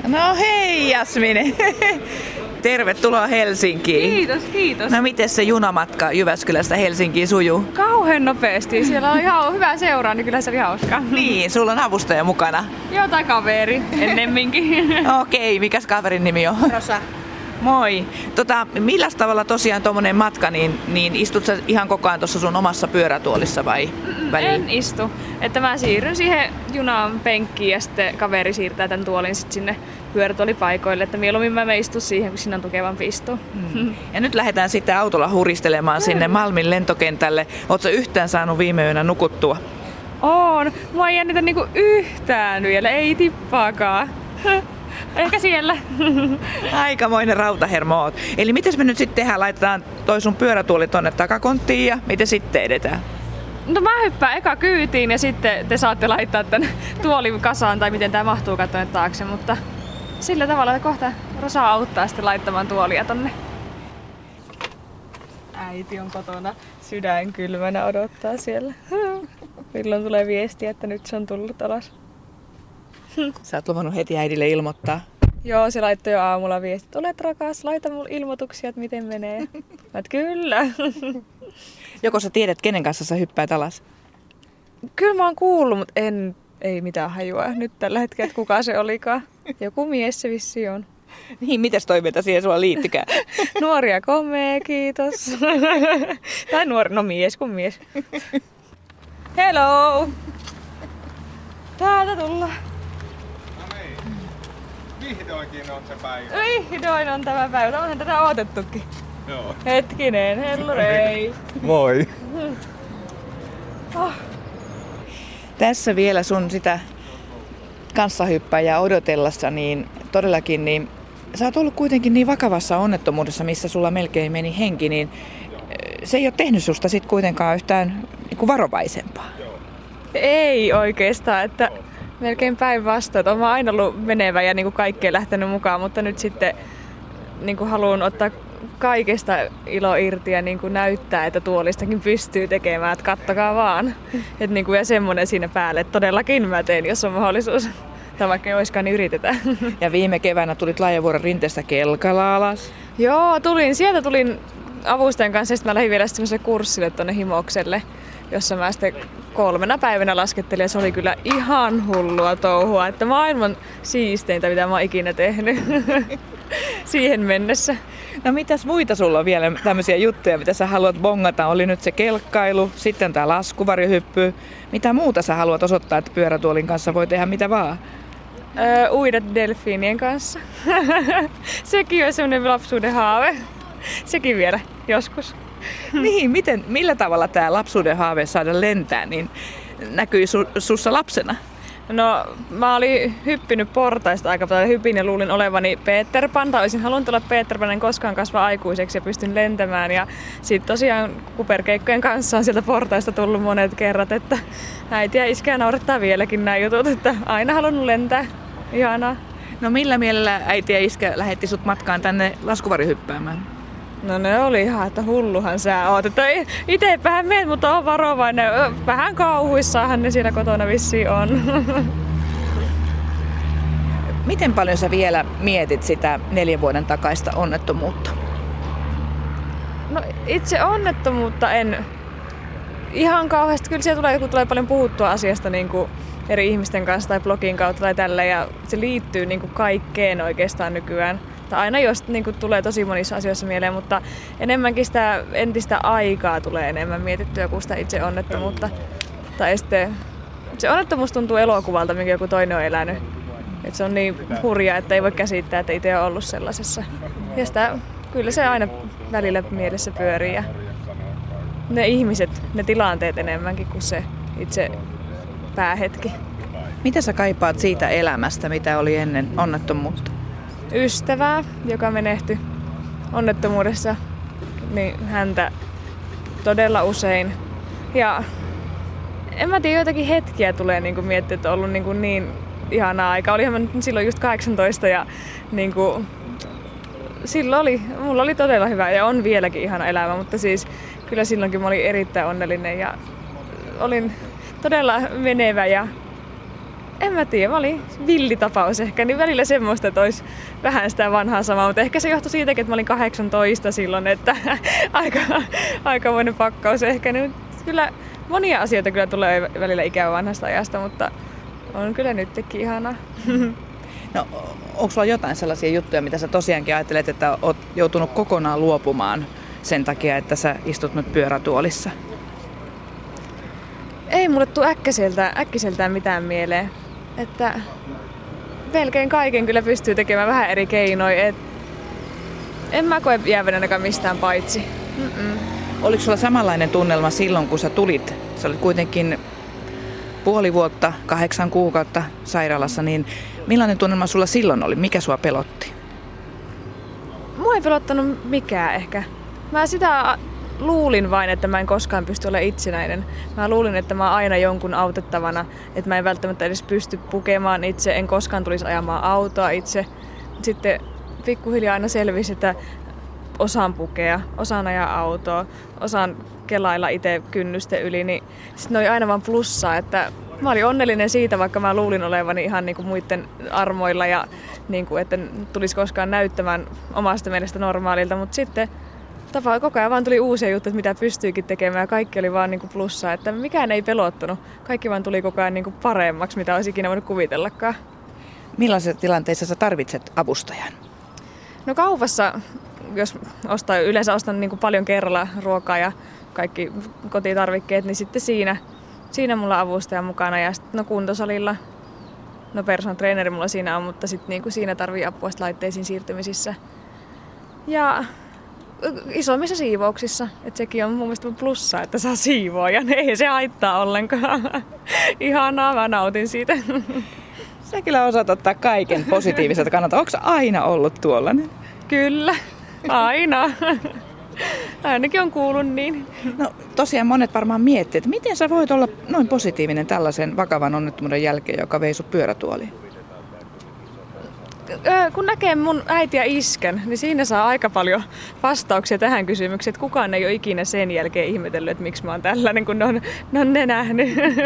No hei Jasmine! Tervetuloa Helsinkiin. Kiitos. No miten se junamatka Jyväskylästä Helsinkiin sujuu? Kauhean nopeasti. Siellä on ihan hyvä seuraa, niin kyllä se oli hauskaa. Niin, sulla on avustaja mukana. Joo, tai kaveri ennemminkin. Okei, mikäs kaverin nimi on? Rosa. Moi. Milläs tavalla tosiaan tommonen matka, niin istut sä ihan koko ajan tuossa sun omassa pyörätuolissa vai väliin? En istu. Että mä siirryn siihen junan penkkiin ja sitten kaveri siirtää tämän tuolin sit sinne pyörätuolipaikoille. Että mieluummin mä istun siihen, kun siinä on tukevampi istua. Ja nyt lähdetään sitten autolla huristelemaan sinne Malmin lentokentälle. Ootko sä yhtään saanut viime yönä nukuttua? On. Mua ei jännitä niinku yhtään vielä, ei tippaakaan. Ehkä siellä. Aikamoinen rautahermo oot. Eli mitäs me nyt sitten tehdään? Laitetaan toi sun pyörätuoli tonne takakonttiin ja miten sitten edetään? No mä hyppään eka kyytiin ja sitten te saatte laittaa tän tuolin kasaan tai miten tää mahtuu tonne taakse, mutta sillä tavalla, että kohta Rosa auttaa sitten laittamaan tuolia tonne. Äiti on kotona sydän kylmänä odottaa siellä. Milloin tulee viestiä, että nyt se on tullut alas. Sä oot luvannut heti äidille ilmoittaa. Joo, se laittoi jo aamulla viestit. Olet rakas, laita mulle ilmoituksia, että miten menee. Mä kyllä. Joko sä tiedät, kenen kanssa sä hyppäät alas? Kyllä mä oon kuullut, mutta ei mitään hajua nyt tällä hetkellä, että kuka se olikaan. Joku mies se vissi on. Niin, mitäs toiveita siihen sua liittykään? Nuori ja komea, kiitos. Tai nuori, no mies kuin mies. Hello! Täältä tullaan. No niin. Vihdoinkin on se päivä. Vihdoin on tämä päivä. Onhan tätä odotettukin. Joo. Hetkinen, hellurei. Moi. Oh. Tässä vielä sun sitä kanssahyppäjää odotellessa, niin todellakin niin sä oot ollut kuitenkin niin vakavassa onnettomuudessa, missä sulla melkein meni henki, niin se ei ole tehnyt susta sit kuitenkaan yhtään niin varovaisempaa. Ei oikeastaan, että melkein päinvastoin. Olen aina ollut menevä ja niin kaikkeen lähtenyt mukaan, mutta nyt sitten niin haluan ottaa kaikesta ilo irti ja niin näyttää, että tuolistakin pystyy tekemään, että kattokaa vaan. Et niin ja semmoinen siinä päälle, että todellakin mä teen, jos on mahdollisuus. Tai vaikka ei olisikaan, niin yritetään. Ja viime keväänä tulit Laajavuoren rinteestä kelkalla alas. Joo, sieltä tulin avustajan kanssa ja sitten mä lähdin vielä semmoiselle kurssille tuonne Himokselle, jossa mä sitten 3 päivänä laskettelin ja se oli kyllä ihan hullua touhua, että maailman siisteintä, mitä mä oon ikinä tehnyt siihen mennessä. No mitäs muita sulla on vielä tämmöisiä juttuja, mitä sä haluat bongata? Oli nyt se kelkkailu, sitten tää laskuvarjohyppy. Mitä muuta sä haluat osoittaa, että pyörätuolin kanssa voi tehdä mitä vaan? Uida delfiinien kanssa. Sekin on semmoinen lapsuuden haave. Sekin vielä joskus. Niin, millä tavalla tämä lapsuuden haave saada lentää, niin näkyi sussa lapsena? No, mä olin hyppinyt portaista aika paljon. Hypin ja luulin olevani Peter Pan, tai olisin halunnut olla Peter Pan, en koskaan kasvaa aikuiseksi ja pystyn lentämään. Ja sitten tosiaan kuperkeikkojen kanssa on sieltä portaista tullut monet kerrat, että äiti ja iskä naurattaa vieläkin nämä jutut, että aina halunnut lentää. Ihanaa. No millä mielellä äiti ja iskä lähetti sut matkaan tänne laskuvarjohyppäämään? No ne oli ihan, että hulluhan sä oot. Että itepähän meet, mutta on varovainen. Vähän kauhuissaahan ne siellä kotona vissiin on. Miten paljon sä vielä mietit sitä 4 vuoden takaista onnettomuutta? No itse onnettomuutta en ihan kauheasti. Kyllä siellä tulee paljon puhuttua asiasta niin kuin eri ihmisten kanssa tai blogin kautta tai tällä. Ja se liittyy niin kuin kaikkeen oikeastaan nykyään. Aina jos niin kuin, tulee tosi monissa asioissa mieleen, mutta enemmänkin sitä entistä aikaa tulee enemmän mietittyä kuin sitä itse onnettomuutta. Tai sitten se onnettomuus tuntuu elokuvalta, minkä joku toinen on elänyt. Et se on niin hurjaa, että ei voi käsittää, että itse on ollut sellaisessa. Ja sitä, kyllä se aina välillä mielessä pyörii. Ja ne ihmiset, ne tilanteet enemmänkin kuin se itse päähetki. Mitä sä kaipaat siitä elämästä, mitä oli ennen onnettomuutta? Ystävää, joka menehtyi onnettomuudessa, niin häntä todella usein. Ja en mä tiedä, joitakin hetkiä tulee niin miettiä, että on ollut niin ihanaa aika. Olihan mä nyt silloin just 18 ja silloin mulla oli todella hyvä ja on vieläkin ihana elämä, mutta siis kyllä silloinkin mä olin erittäin onnellinen ja olin todella menevä ja En mä tiedä, mä olin villitapaus ehkä, niin välillä semmoista, että olisi vähän sitä vanhaa samaa, mutta ehkä se johtui siitäkin, että mä olin 18 silloin, että aikamoinen pakkaus ehkä. Niin kyllä monia asioita kyllä tulee välillä ikävä vanhasta ajasta, mutta on kyllä nytkin ihanaa. No, onko sulla jotain sellaisia juttuja, mitä sä tosiaankin ajattelet, että oot joutunut kokonaan luopumaan sen takia, että sä istut nyt pyörätuolissa? Ei mulle tule äkkiseltään mitään mieleen. Että melkein kaiken kyllä pystyy tekemään vähän eri keinoin. En mä koe jäävän ainakaan mistään paitsi. Oliko sulla samanlainen tunnelma silloin, kun sä tulit? Sä olit kuitenkin puoli vuotta, 8 kuukautta sairaalassa, niin millainen tunnelma sulla silloin oli? Mikä sua pelotti? Mua ei pelottanut mikään ehkä. Mä sitä luulin vain, että mä en koskaan pysty olemaan itsenäinen. Mä luulin, että mä oon aina jonkun autettavana, että mä en välttämättä edes pysty pukemaan itse, en koskaan tulisi ajamaan autoa itse. Sitten pikkuhiljaa aina selvisi, että osaan pukea, osaan ajaa autoa, osaan kelailla itse kynnysten yli, niin sitten ne oli aina vaan plussaa, että mä olin onnellinen siitä, vaikka mä luulin olevani ihan niin kuin muiden armoilla ja niin kuin, että tulisi koskaan näyttämään omasta mielestä normaalilta, mutta sitten koko ajan vaan tuli uusia juttuja, mitä pystyikin tekemään ja kaikki oli vaan niin kuin plussaa, että mikään ei pelottunut. Kaikki vaan tuli koko ajan niin kuin paremmaksi, mitä olisi ikinä voinut kuvitellakaan. Millaisissa tilanteissa sä tarvitset avustajan? No kaupassa, jos yleensä ostan niin kuin paljon kerralla ruokaa ja kaikki kotitarvikkeet, niin sitten siinä mulla on avustaja mukana ja sitten kuntosalilla, personal traineri mulla siinä on, mutta sitten niin kuin siinä tarvii apua laitteisiin siirtymisissä. Ja isommissa siivouksissa, että sekin on mun mielestä plussaa, että saa siivoa ja ei se haittaa ollenkaan. Ihanaa, mä nautin siitä. Sä kyllä osaat ottaa kaiken positiiviselta kannalta. Onko aina ollut tuollainen? Kyllä, aina. Ainakin on kuullut niin. No tosiaan monet varmaan miettii, että miten sä voit olla noin positiivinen tällaisen vakavan onnettomuuden jälkeen, joka vei sut pyörätuoliin? Kun näkee mun äiti ja iskän, niin siinä saa aika paljon vastauksia tähän kysymykseen, että kukaan ei ole ikinä sen jälkeen ihmetellyt, että miksi mä oon tällainen, kun ne on ne nähnyt.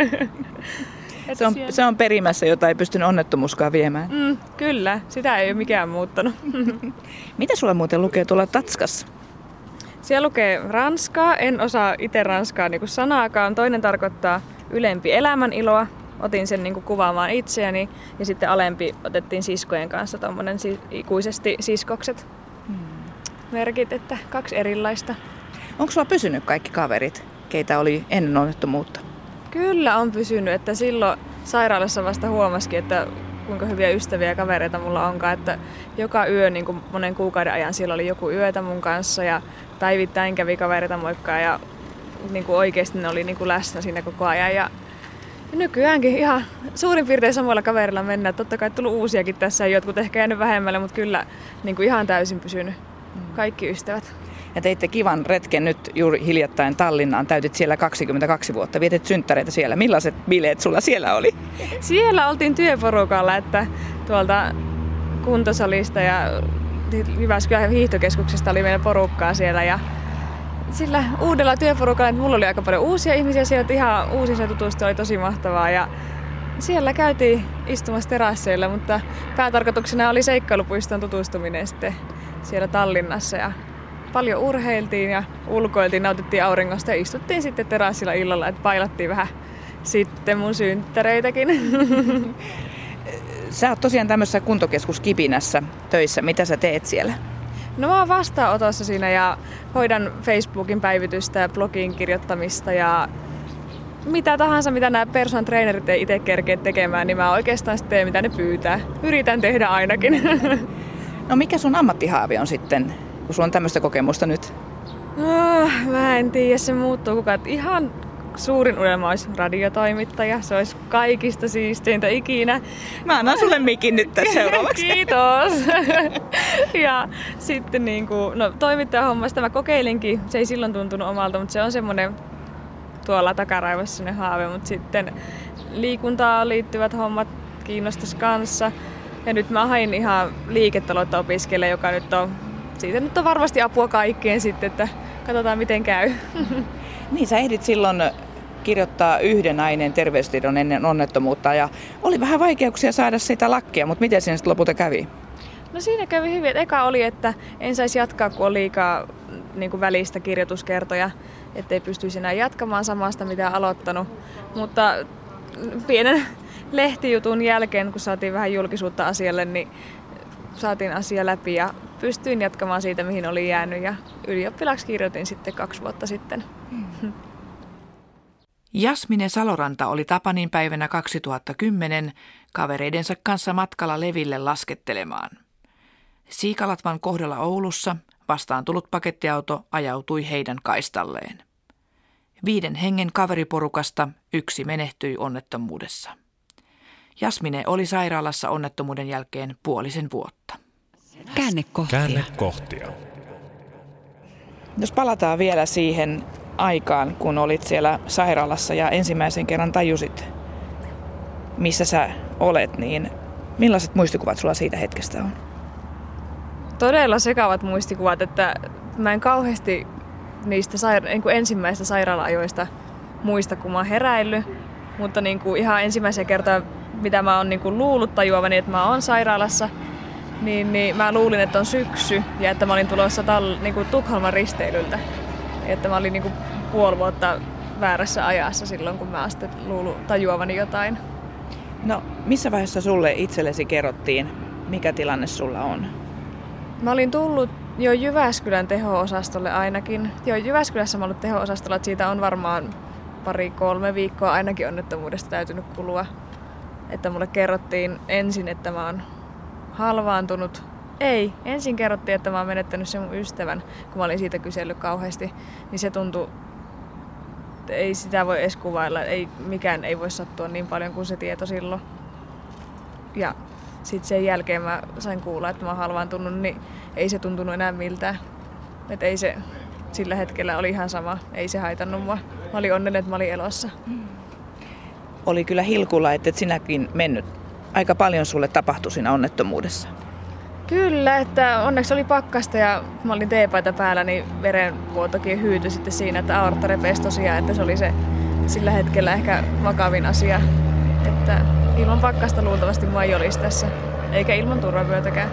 Se on perimässä, jota ei pystynyt onnettomuuskaan viemään. Kyllä, sitä ei ole mikään muuttanut. Mitä sulla muuten lukee tuolla tatskassa? Siellä lukee ranskaa, en osaa itse ranskaa niin kuin sanaakaan. Toinen tarkoittaa ylempi elämän iloa. Otin sen niin kuin kuvaamaan itseäni ja sitten alempi otettiin siskojen kanssa tommonen ikuisesti siskokset merkit, että 2 erilaista. Onko sulla pysynyt kaikki kaverit, keitä oli ennen onnettomuutta? Kyllä on pysynyt, että silloin sairaalassa vasta huomasikin, että kuinka hyviä ystäviä ja kavereita mulla onkaan, että joka yö niin kuin monen kuukauden ajan siellä oli joku yötä mun kanssa ja päivittäin kävi kavereita moikkaa ja niin kuin oikeasti ne oli niin kuin läsnä siinä koko ajan ja nykyäänkin ihan suurin piirtein samoilla kaverilla mennään. Totta kai tullut uusiakin tässä, jotkut ehkä jäänyt vähemmälle, mutta kyllä niin kuin ihan täysin pysynyt. Kaikki ystävät. Ja teitte kivan retken nyt juuri hiljattain Tallinnaan. Täytit siellä 22 vuotta. Vietit synttäreitä siellä. Millaiset bileet sulla siellä oli? Siellä oltiin työporukalla, että tuolta kuntosalista ja Jyväskylän hiihtokeskuksesta oli meidän porukkaa siellä. Ja sillä uudella työporukalla, että mulla oli aika paljon uusia ihmisiä siellä, ihan uusissa tutustua oli tosi mahtavaa. Ja siellä käytiin istumassa terasseilla, mutta päätarkoituksena oli seikkailupuiston tutustuminen sitten siellä Tallinnassa. Ja paljon urheiltiin ja ulkoiltiin, nautittiin auringosta ja istuttiin sitten terassilla illalla, että pailattiin vähän sitten mun synttäreitäkin. Sä oot tosiaan tämmöisessä kuntokeskuskipinässä töissä. Mitä sä teet siellä? No mä oon vastaanotossa siinä ja hoidan Facebookin päivitystä ja blogin kirjoittamista ja mitä tahansa, mitä nämä personal trainerit ei itse kerkeä tekemään, niin mä oikeastaan sitten teen, mitä ne pyytää. Yritän tehdä ainakin. No mikä sun ammattihaavi on sitten, kun sulla on tämmöistä kokemusta nyt? Mä en tiedä, se muuttuu kukaan. Ihan suurin unelma olisi radiotoimittaja. Se olisi kaikista siisteintä ikinä. Mä annan sulle mikin nyt tässä seuraavaksi. Kiitos. Ja sitten toimittajahommasta mä kokeilinkin. Se ei silloin tuntunut omalta, mutta se on semmoinen tuolla takaraivossa semmoinen haave. Mutta sitten liikuntaan liittyvät hommat kiinnostais kanssa. Ja nyt mä hain ihan liiketaloutta opiskelemaan, joka nyt on, siitä nyt on varmasti apua kaikkeen sitten, että katsotaan miten käy. Niin, sä ehdit silloin kirjoittaa yhden aineen terveystiedon ennen onnettomuutta ja oli vähän vaikeuksia saada sitä lakkia, mutta miten siinä sitten lopulta kävi? No siinä kävi hyvin. Et eka oli, että en saisi jatkaa, kun on liikaa niin välistä kirjoituskertoja, ettei pystyisi enää jatkamaan samasta, mitä aloittanut. Mutta pienen lehtijutun jälkeen, kun saatiin vähän julkisuutta asialle, niin saatiin asia läpi ja pystyin jatkamaan siitä, mihin oli jäänyt. Ja ylioppilaaksi kirjoitin sitten 2 vuotta sitten. Jasmine Saloranta oli Tapanin päivänä 2010 kavereidensa kanssa matkalla Leville laskettelemaan. Siikalatvan kohdalla Oulussa vastaan tullut pakettiauto ajautui heidän kaistalleen. 5 hengen kaveriporukasta 1 menehtyi onnettomuudessa. Jasmine oli sairaalassa onnettomuuden jälkeen 5 vuotta. Käännekohtia. Jos palataan vielä siihen aikaan, kun olit siellä sairaalassa ja ensimmäisen kerran tajusit, missä sä olet, niin millaiset muistikuvat sulla siitä hetkestä on? Todella sekavat muistikuvat, että mä en kauheasti niistä ensimmäistä sairaala-ajoista muista, kun mä oon heräillyt. Mutta niin kuin ihan ensimmäisiä kertaa, mitä mä oon niin kuin luullut tajuavani, että mä oon sairaalassa, niin mä luulin, että on syksy ja että mä olin tulossa niin kuin Tukholman risteilyltä. Että mä olin niin kuin 5 vuotta väärässä ajassa silloin, kun mä sitten luullut tajuavani jotain. No, missä vaiheessa sulle itsellesi kerrottiin, mikä tilanne sulla on? Mä olin tullut jo Jyväskylän teho-osastolle ainakin. Jo Jyväskylässä mä olin teho-osastolla, että siitä on varmaan 2-3 viikkoa ainakin onnettomuudesta täytynyt kulua. Että mulle kerrottiin ensin, että mä oon halvaantunut. Ei, ensin kerrottiin, että mä oon menettänyt sen mun ystävän, kun mä olin siitä kysellyt kauheasti. Niin se tuntui, ei sitä voi edes kuvailla, mikään ei voi sattua niin paljon kuin se tieto silloin. Ja sitten sen jälkeen mä sain kuulla, että mä oon halvaantunut, niin ei se tuntunut enää miltään. Että ei se, sillä hetkellä oli ihan sama, ei se haitannut mua. Mä olin onnellinen, että mä olin elossa. Oli kyllä hilkulla, että et sinäkin mennyt. Aika paljon sulle tapahtui siinä onnettomuudessa. Kyllä, että onneksi oli pakkasta ja mä olin teepaita päällä, niin verenvuotokin hyytyi sitten siinä, että aortta repesi tosiaan, että se oli se sillä hetkellä ehkä vakavin asia. Että ilman pakkasta luultavasti mua ei olisi tässä, eikä ilman turvavyötäkään.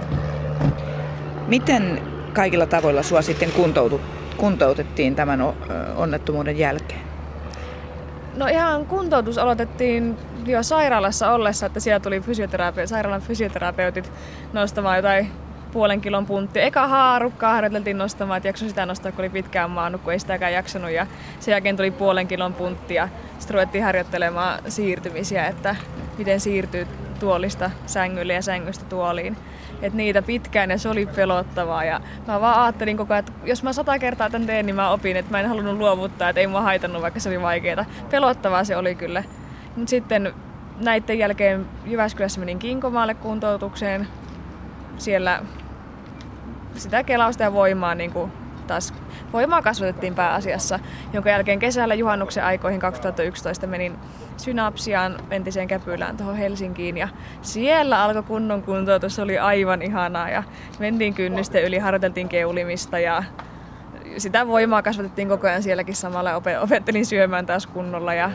Miten kaikilla tavoilla sua sitten kuntoutettiin tämän onnettomuuden jälkeen? No ihan kuntoutus aloitettiin jo sairaalassa ollessa, että siellä tuli sairaalan fysioterapeutit nostamaan jotain 0,5 kilon punttia. Eka haarukkaa harjoiteltiin nostamaan, että jaksoi sitä nostaa, kun oli pitkään maannut, kun ei sitäkään jaksanut. Ja sen jälkeen tuli 0,5 kilon punttia. Sitten ruvettiin harjoittelemaan siirtymisiä, että miten siirtyy tuolista sängylle ja sängystä tuoliin. Että niitä pitkään ja se oli pelottavaa. Ja mä vaan ajattelin koko ajan, että jos mä 100 kertaa tän teen, niin mä opin, että mä en halunnut luovuttaa, että ei mua haitannut, vaikka se oli vaikeaa. Pelottavaa se oli kyllä. Mutta sitten näiden jälkeen Jyväskylässä menin Kinkomaalle kuntoutukseen. Siellä sitä kelausta ja voimaa, niin kuin taas voimaa kasvatettiin pääasiassa, jonka jälkeen kesällä juhannuksen aikoihin 2011 menin Synapsiaan entiseen Käpylään tuohon Helsinkiin ja siellä alkoi kunnon kuntoutus, se oli aivan ihanaa ja mentiin kynnysten yli, harjoiteltiin keulimista ja sitä voimaa kasvatettiin koko ajan sielläkin samalla ja opettelin syömään taas kunnolla ja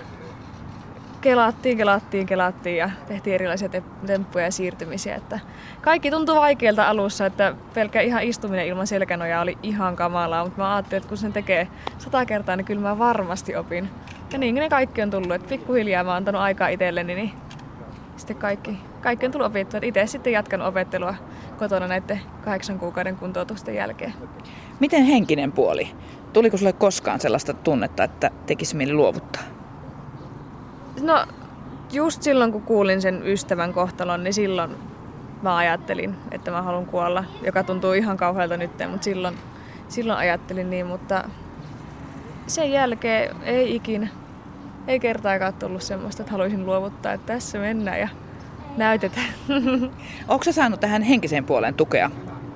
kelattiin ja tehtiin erilaisia temppuja ja siirtymisiä. Että kaikki tuntui vaikealta alussa, että pelkkä ihan istuminen ilman selkänojaa oli ihan kamalaa, mutta mä ajattelin, että kun sen tekee 100 kertaa, niin kyllä mä varmasti opin. Ja niin ne kaikki on tullut, että pikkuhiljaa mä oon antanut aikaa itselleni, niin sitten kaikki on tullut opittua. Itse sitten jatkanut opettelua kotona näiden 8 kuukauden kuntoutusten jälkeen. Miten henkinen puoli? Tuliko sulle koskaan sellaista tunnetta, että tekisi mieli luovuttaa? No just silloin, kun kuulin sen ystävän kohtalon, niin silloin mä ajattelin, että mä haluan kuolla, joka tuntuu ihan kauhealta nyt, mutta silloin ajattelin niin, mutta sen jälkeen ei ikinä, ei kertaakaan tullut semmoista, että haluaisin luovuttaa, että tässä mennään ja näytetään. Onko sä saanut tähän henkiseen puoleen tukea?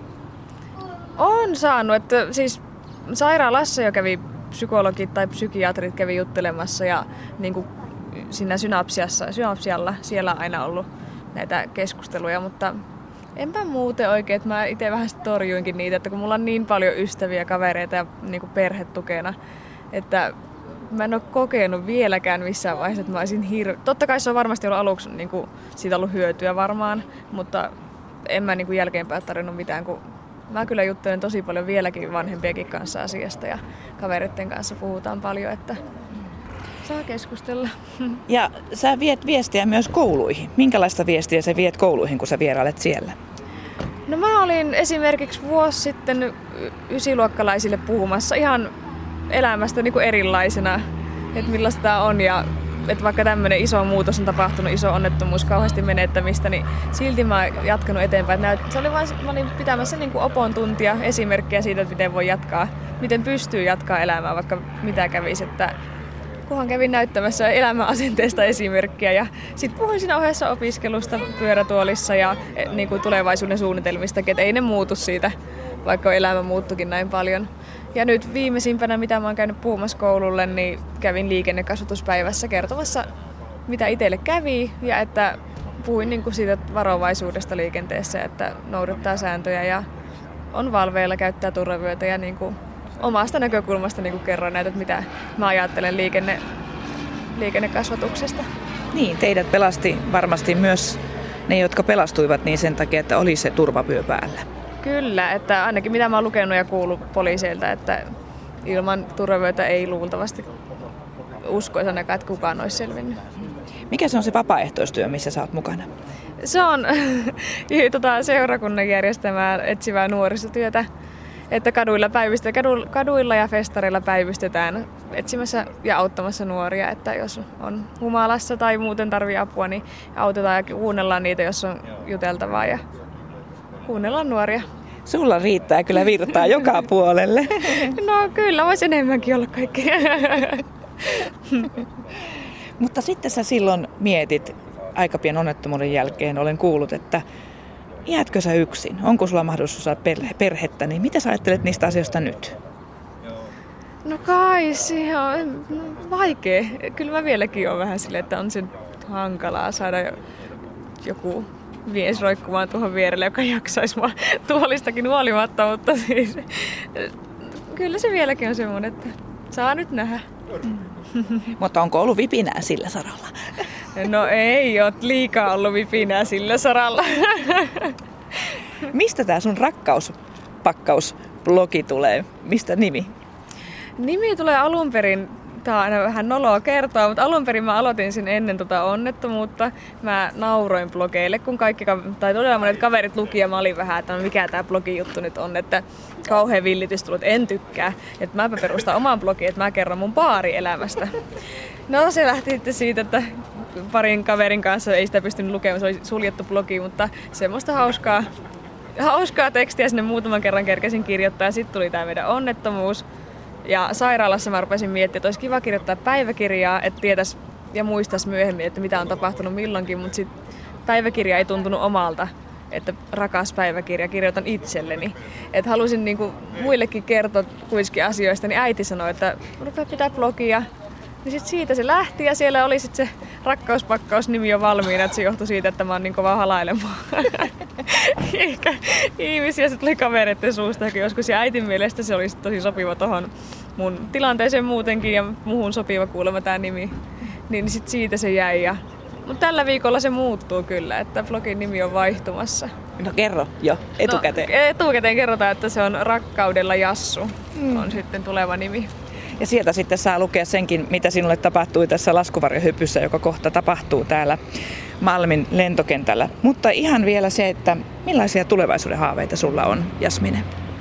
On saanut, että siis sairaalassa jo kävi psykologit tai psykiatrit kävi juttelemassa ja niin kuin siinä synapsialla siellä on aina ollut näitä keskusteluja, mutta enpä muuten oikein, että mä itse vähän torjuinkin niitä, että kun mulla on niin paljon ystäviä, kavereita ja niin kuin perhetukena, että mä en ole kokenut vieläkään missään vaiheessa, että mä olisin Totta kai se on varmasti ollut aluksi niin kuin, siitä ollut hyötyä varmaan, mutta en mä niin kuin jälkeenpäin tarvinnut mitään, kun mä kyllä juttelen tosi paljon vieläkin vanhempiakin kanssa asiasta ja kavereiden kanssa puhutaan paljon, että saa keskustella. Ja sä viet viestiä myös kouluihin. Minkälaista viestiä sä viet kouluihin, kun sä vierailet siellä? No mä olin esimerkiksi vuosi sitten ysiluokkalaisille puhumassa ihan elämästä niin kuin erilaisena, että millaista tämä on ja että vaikka tämmöinen iso muutos on tapahtunut, iso onnettomuus, kauheasti menettämistä, niin silti mä oon jatkanut eteenpäin. Se oli vain, mä olin pitämässä niin kuin opon tuntia, esimerkkejä siitä, että miten voi jatkaa, miten pystyy jatkaa elämää, vaikka mitä kävisi. Että kunhan kävin näyttämässä elämän asenteesta esimerkkiä ja sitten puhuin siinä ohessa opiskelusta pyörätuolissa ja niin kuin tulevaisuuden suunnitelmista, että ei ne muutu siitä, vaikka elämä muuttukin näin paljon. Ja nyt viimeisimpänä, mitä mä oon käynyt puhumassa koululle, niin kävin liikennekasvatuspäivässä kertomassa, mitä itselle kävi ja että puhuin niin kuin siitä varovaisuudesta liikenteessä, että noudattaa sääntöjä ja on valveilla, käyttää turvavyötä ja niin kuin omasta näkökulmasta niin kuin kerroin näitä, että mitä mä ajattelen liikennekasvatuksesta. Niin, teidät pelasti varmasti myös ne, jotka pelastuivat niin sen takia, että oli se turvavyö päällä. Kyllä, että ainakin mitä mä oon lukenut ja kuullut poliiseilta, että ilman turvavyötä ei luultavasti uskoisi ainakaan, että kukaan olisi selvinnyt. Mikä se on se vapaaehtoistyö, missä sä oot mukana? Se on seurakunnan järjestämää etsivää nuorisotyötä, että kaduilla ja festareilla päivystetään etsimässä ja auttamassa nuoria, että jos on humalassa tai muuten tarvii apua, niin autetaan ja kuunnellaan niitä, jos on juteltavaa ja kuunnellaan nuoria. Sulla riittää kyllä virtaa joka puolelle. No kyllä, voisi enemmänkin olla kaikkea. Mutta sitten sä silloin mietit aika pian onnettomuuden jälkeen, olen kuullut, että jäätkö sä yksin? Onko sulla mahdollisuus saada perhettä? Niin mitä sä ajattelet niistä asioista nyt? No kai se on vaikea. Kyllä mä vieläkin olen vähän silleen, että on se hankalaa saada joku mies roikkumaan tuohon vierelle, joka jaksaisi mua tuolistakin huolimatta, mutta siis kyllä se vieläkin on semmoinen, että saa nyt nähdä. Mutta onko ollut vipinää sillä saralla? No ei ole liikaa ollut vipinää sillä saralla. Mistä tää sun rakkauspakkausblogi tulee? Mistä nimi? Nimi tulee alun perin, tää on aina vähän noloa kertoa, mutta alun perin mä aloitin sen ennen onnettomuutta. Mä nauroin blogeille, kun todella monet kaverit luki ja mä olin vähän, että mikä tää blogijuttu nyt on, että kauhean villitys tullut, en tykkää. Että mäpä perustan oman blogin, että mä kerron mun baarielämästä. No se lähti sitten siitä, että parin kaverin kanssa ei sitä pystynyt lukemaan, se oli suljettu blogi, mutta semmoista hauskaa tekstiä sinne muutaman kerran kerkesin kirjoittaa ja sitten tuli tää meidän onnettomuus. Ja sairaalassa mä rupesin miettimään, että olisi kiva kirjoittaa päiväkirjaa, että tietäisi ja muistaisi myöhemmin, että mitä on tapahtunut milloinkin, mutta sitten päiväkirja ei tuntunut omalta, että rakas päiväkirja, kirjoitan itselleni. Että halusin niinku muillekin kertoa kuitenkin asioista, niin äiti sanoi, että rupea pitää blogia. Niin sitten siitä se lähti ja siellä oli sitten se rakkauspakkausnimi jo valmiina, että se johtui siitä, että mä oon niin kovaa halailemaan. Ehkä ihmisiä se tuli kavereiden suusta joskus ja äitin mielestä se oli tosi sopiva tohon mun tilanteeseen muutenkin ja muuhun sopiva kuulemma tää nimi. Niin sitten siitä se jäi. Mutta tällä viikolla se muuttuu kyllä, että blogin nimi on vaihtumassa. No kerro jo etukäteen. No, etukäteen kerrotaan, että se on Rakkaudella Jassu on sitten tuleva nimi. Ja sieltä sitten saa lukea senkin, mitä sinulle tapahtui tässä laskuvarjohypyssä, joka kohta tapahtuu täällä Malmin lentokentällä. Mutta ihan vielä se, että millaisia tulevaisuuden haaveita sulla on, Jasmine?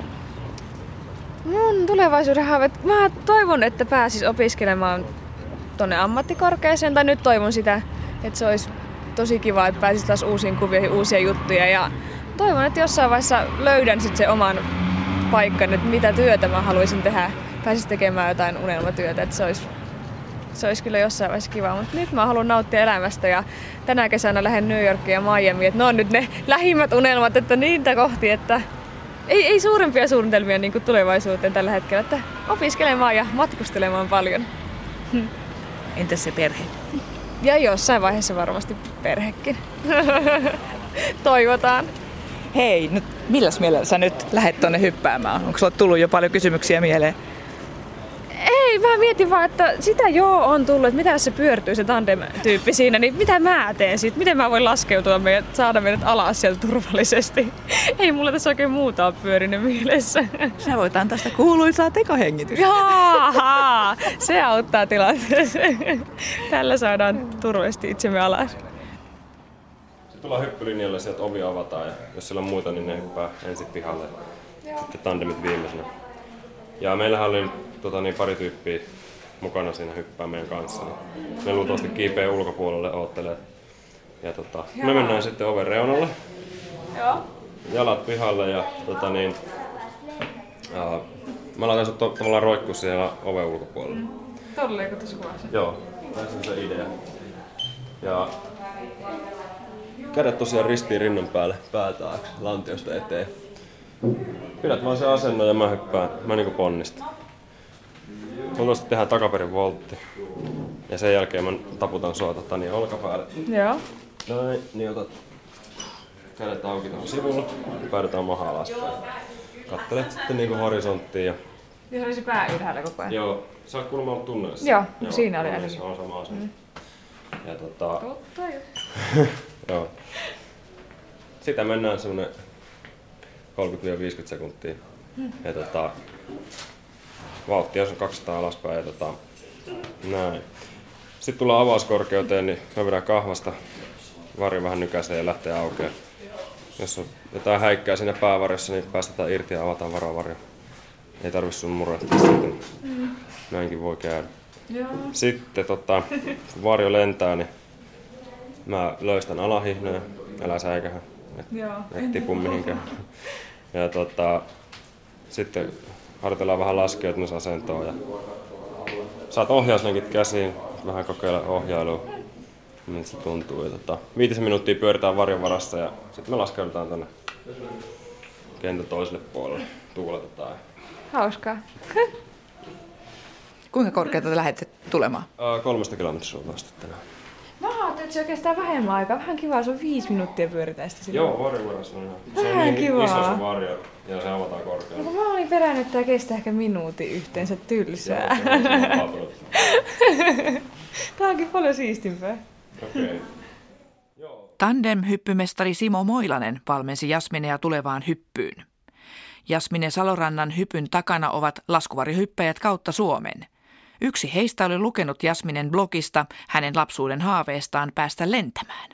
Mun tulevaisuuden haaveet? Mä toivon, että pääsis opiskelemaan tonne ammattikorkeeseen, tai nyt toivon sitä, että se olisi tosi kiva, että pääsis taas uusiin kuvioihin, uusia juttuja. Ja toivon, että jossain vaiheessa löydän sitten sen oman paikan, että mitä työtä mä haluaisin tehdä. Pääsis tekemään jotain unelmatyötä, että se olisi kyllä jossain vaiheessa kiva, mutta nyt mä haluan nauttia elämästä ja tänä kesänä lähden New Yorkiin ja Miamiin, että ne on nyt ne lähimmät unelmat, että niitä kohti, että ei suurempia suunnitelmia niin kuin tulevaisuuteen tällä hetkellä, että opiskelemaan ja matkustelemaan paljon. Entäs se perhe? Ja jossain vaiheessa varmasti perhekin. Toivotaan. Hei, nyt milläs mielellä sä nyt lähdet tonne hyppäämään? Onko sulla tullut jo paljon kysymyksiä mieleen? Ei, mä mietin vaan, että sitä on tullut, että mitä jos se pyörtyy se tandem-tyyppi siinä, niin mitä mä teen siitä? Miten mä voin laskeutua saada meidät alas sieltä turvallisesti? Ei mulla tässä oikein muuta ole pyörinyt mielessä. Sä voit antaa sitä kuuluisaa tekohengitystä. Jaaha, se auttaa tilanteessa. Tällä saadaan turvallisesti itsemme alas. Sitten tullaan hyppylinjalle, sieltä ovi avataan ja jos siellä on muita, niin ne hyppää ensin pihalle. Sitten tandemit viimeisenä. Ja meillähän oli pari tyyppiä mukana siinä hyppää meidän kanssa. Niin ne luultavasti kiipeä ulkopuolelle oottelee. Ja me mennään sitten oven reunalle. Joo. Jalat pihalle ja mä laitan sut tavallaan roikkuu siellä oven ulkopuolelle. Tolleen tässä kuvassa. Joo, tässä on se idea. Ja kädet tosiaan ristiin rinnan päälle, pää taakse, lantiosta eteen. Pidät vaan se asennon ja mä hyppään, mä niinku ponnistan. Luultavasti tehdään takaperin voltti. Ja sen jälkeen mä taputan sua Tania olkapäälle. Joo. Noin, niin otat kädet auki tuohon sivulla ja päädytään maha alaspäin. Kattelet sitten niinku horisonttiin. Ja se olisi pää ylhäällä koko ajan. Joo, sä oot kuulemma ollut tunneessa. Joo, siinä oli ainakin. Se on sama asia. Ja Totta joo. Sitä mennään semmonen 30-50 sekuntia. Ja vauhtia on 200 alaspäin ja näin. Sitten tullaan avauskorkeuteen, niin me vedään kahvasta. Varjo vähän nykäisee ja lähtee aukeaa. Jos on jotain häikkää siinä päävarjossa, niin päästetään irti ja avataan varavarjo. Ei tarvi sun murehtia sitten. Näinkin voi käydä. Joo. Sitten kun varjo lentää, niin mä löystän alahihnoja. Älä säikähä, et tipu mihinkään. Ja sitten harjoitellaan vähän laskeutumisasentoa ja saat ohjauslenkit käsiin, vähän kokeilla ohjailua, miltä se tuntuu. Ja 5 minuuttia pyöritään varjon varassa ja sitten me laskeudutaan tänne kentän toiselle puolelle, tuuletetaan. Hauskaa. Kuinka korkeata te lähdette tulemaan? 3 kilometriä on vasta tänään. Mä ajattelin, että se oikeastaan vähemmän aikaa. Vähän kivaa, se on 5 minuuttia pyöritään sitä sillä. Joo, varjon varassa on ihan. Se on Vähän niin kivaa. iso se varjo ja se avataan korkealle. Mä olin perännyt, että tää kestää ehkä minuutin yhteensä tylsää. Tää onkin paljon siistimpää. Okei. Tandem-hyppymestari Simo Moilanen valmensi Jasminea tulevaan hyppyyn. Jasmine Salorannan hypyn takana ovat laskuvarjohyppäjät kautta Suomen. Yksi heistä oli lukenut Jasminen blogista hänen lapsuuden haaveestaan päästä lentämään.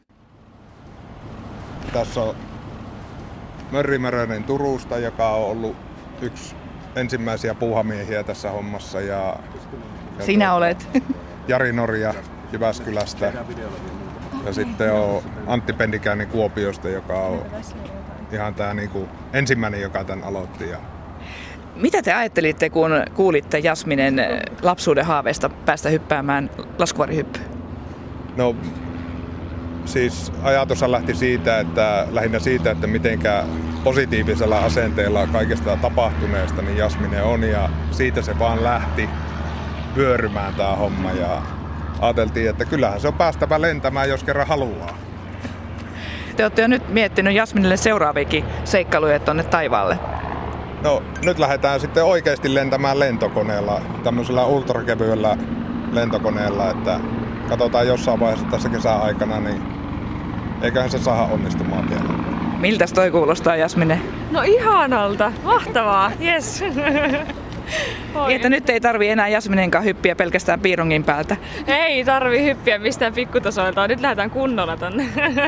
Tässä on Mörri Mörönen Turusta, joka on ollut yksi ensimmäisiä puuhamiehiä tässä hommassa. Ja Sinä olet. Jari Norja Jyväskylästä. Ja sitten on Antti Pendikäinen Kuopiosta, joka on ihan tämä niinku ensimmäinen, joka tämän aloitti. Mitä te ajattelitte, kun kuulitte Jasminen lapsuuden haaveesta päästä hyppäämään laskuvarjohyppyyn? No siis ajatushan lähti lähinnä siitä, että mitenkä positiivisella asenteella kaikesta tapahtuneesta niin Jasmine on ja siitä se vaan lähti vyörymään tämä homma ja ajateltiin, että kyllähän se on päästävä lentämään, jos kerran haluaa. Te olette jo nyt miettinyt Jasminille seuraaviakin seikkailuja tuonne taivaalle. No nyt lähdetään sitten oikeasti lentämään lentokoneella, tämmöisellä ultrakevyellä lentokoneella, että katsotaan jossain vaiheessa tässä kesän aikana, niin eiköhän se saada onnistumaan vielä. Miltäs toi kuulostaa, Jasmine? No ihanalta, mahtavaa, jes. Että nyt ei tarvi enää Jasminenkaan hyppiä pelkästään piirungin päältä. Ei tarvi hyppiä mistään pikkutasoilta, nyt lähdetään kunnolla tonne.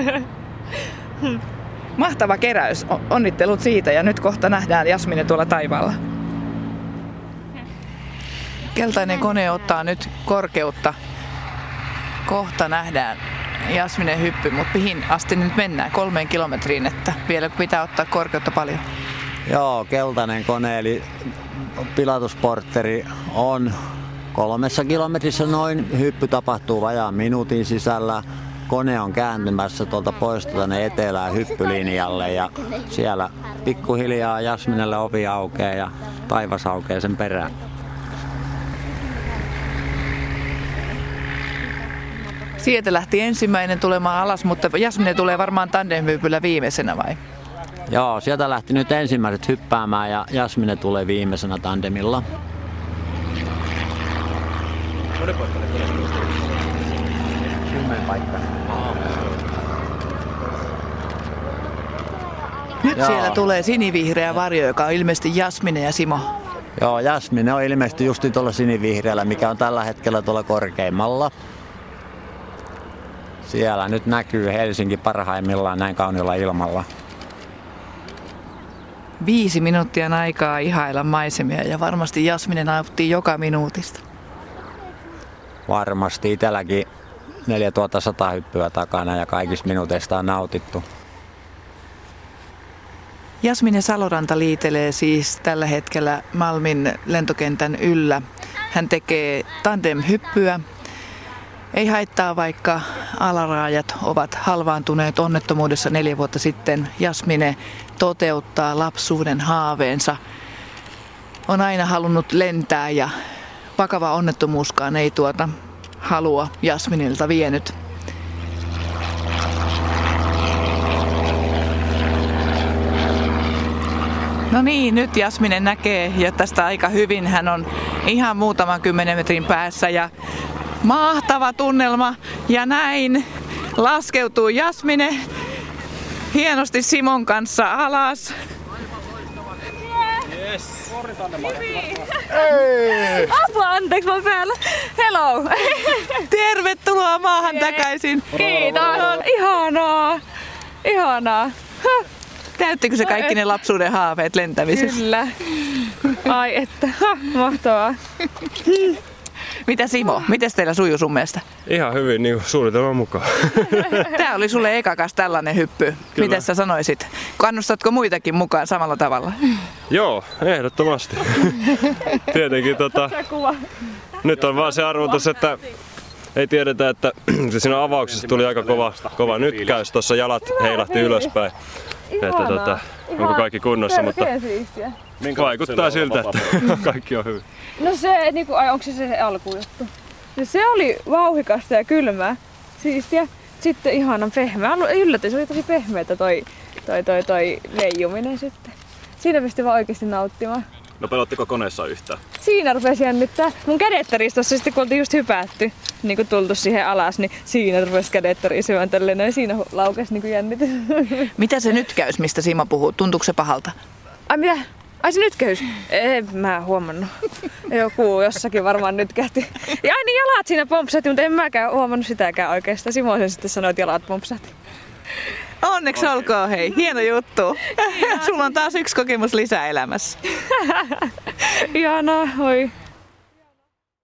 Mahtava keräys. Onnittelut siitä ja nyt kohta nähdään Jasmine tuolla taivaalla. Keltainen kone ottaa nyt korkeutta. Kohta nähdään Jasminen hyppy, mutta mihin asti nyt mennään? 3 kilometriin, että vielä pitää ottaa korkeutta paljon. Joo, keltainen kone eli pilatusportteri on 3 kilometrissä noin. Hyppy tapahtuu vajaan minuutin sisällä. Kone on kääntymässä tuolta pois tänne etelään hyppylinjalle ja siellä pikkuhiljaa Jasminelle ovi aukeaa ja taivas aukeaa sen perään. Sieltä lähti ensimmäinen tulemaan alas, mutta Jasmine tulee varmaan tandemhypyllä viimeisenä vai? Joo, sieltä lähti nyt ensimmäiset hyppäämään ja Jasmine tulee viimeisenä tandemilla. Nyt siellä tulee sinivihreä varjo, joka on ilmeisesti Jasmine ja Simo. Joo, Jasmine on ilmeisesti justi tuolla sinivihreällä, mikä on tällä hetkellä tuolla korkeimmalla. Siellä nyt näkyy Helsinki parhaimmillaan näin kauniilla ilmalla. 5 minuuttia on aikaa ihailla maisemia ja varmasti Jasmine nauttii joka minuutista. Varmasti itselläkin 4100 hyppyä takana ja kaikista minuuteista on nautittu. Jasmine Saloranta liitelee siis tällä hetkellä Malmin lentokentän yllä. Hän tekee tandemhyppyä. Ei haittaa, vaikka alaraajat ovat halvaantuneet onnettomuudessa 4 vuotta sitten. Jasmine toteuttaa lapsuuden haaveensa. On aina halunnut lentää ja vakava onnettomuuskaan ei tuota halua Jasminilta vienyt. No niin, nyt Jasmine näkee jo tästä aika hyvin. Hän on ihan muutaman 10 metrin päässä ja mahtava tunnelma. Ja näin laskeutuu Jasmine hienosti Simon kanssa alas. Yes. Apua, anteeksi, mä oon päällä. Hello. Tervetuloa maahan takaisin. Kiitos. Ihanaa. Ihanaa. Täyttikö se kaikki ne lapsuuden haaveet lentämisessä? Kyllä. Ai että, mahtavaa. Mitä Simo, miten teillä sujuu sun mielestä? Ihan hyvin, niin suunnitelman mukaan. Tää oli sulle ekakas tällainen hyppy. Miten sä sanoisit? Kannustatko muitakin mukaan samalla tavalla? Joo, ehdottomasti. Tietenkin nyt on vaan se arvotus, että ei tiedetä, että siinä avauksessa tuli aika kova nytkäys. Tuossa jalat heilahti ylöspäin. Että onko kaikki kunnossa, mutta vaikuttaa siltä, että kaikki on hyvin. No se, niinku, onko se alkujuttu? Se oli vauhikasta ja kylmää, siistiä. Sitten ihanan pehmeä. Yllätyin, se oli tosi pehmeätä toi leijuminen sitten. Siinä pystyi vaan oikeasti nauttimaan. No pelottiko koneessa yhtään? Siinä rupesi jännittää. Mun kädettäristossa sitten kun oltiin just hypätty, niin kun tultu siihen alas, niin siinä rupesi kädettärisivään tälleen. Ja siinä laukesi niin jännitys. Mitä se nytkäys, mistä Simo puhuu? Tuntuuko se pahalta? Ai mitä? Ai se nytkäys? En mä huomannut. Joku jossakin varmaan nytkähti. Ja aina jalat siinä pompsahti, mutta en mäkään huomannut sitäkään oikeastaan. Simo sen sitten sanoi, että jalat pompsahti. Onneksi olkoon, hei. Hieno juttu. Sulla on taas yksi kokemus lisää elämässä. Ihanaa, oi.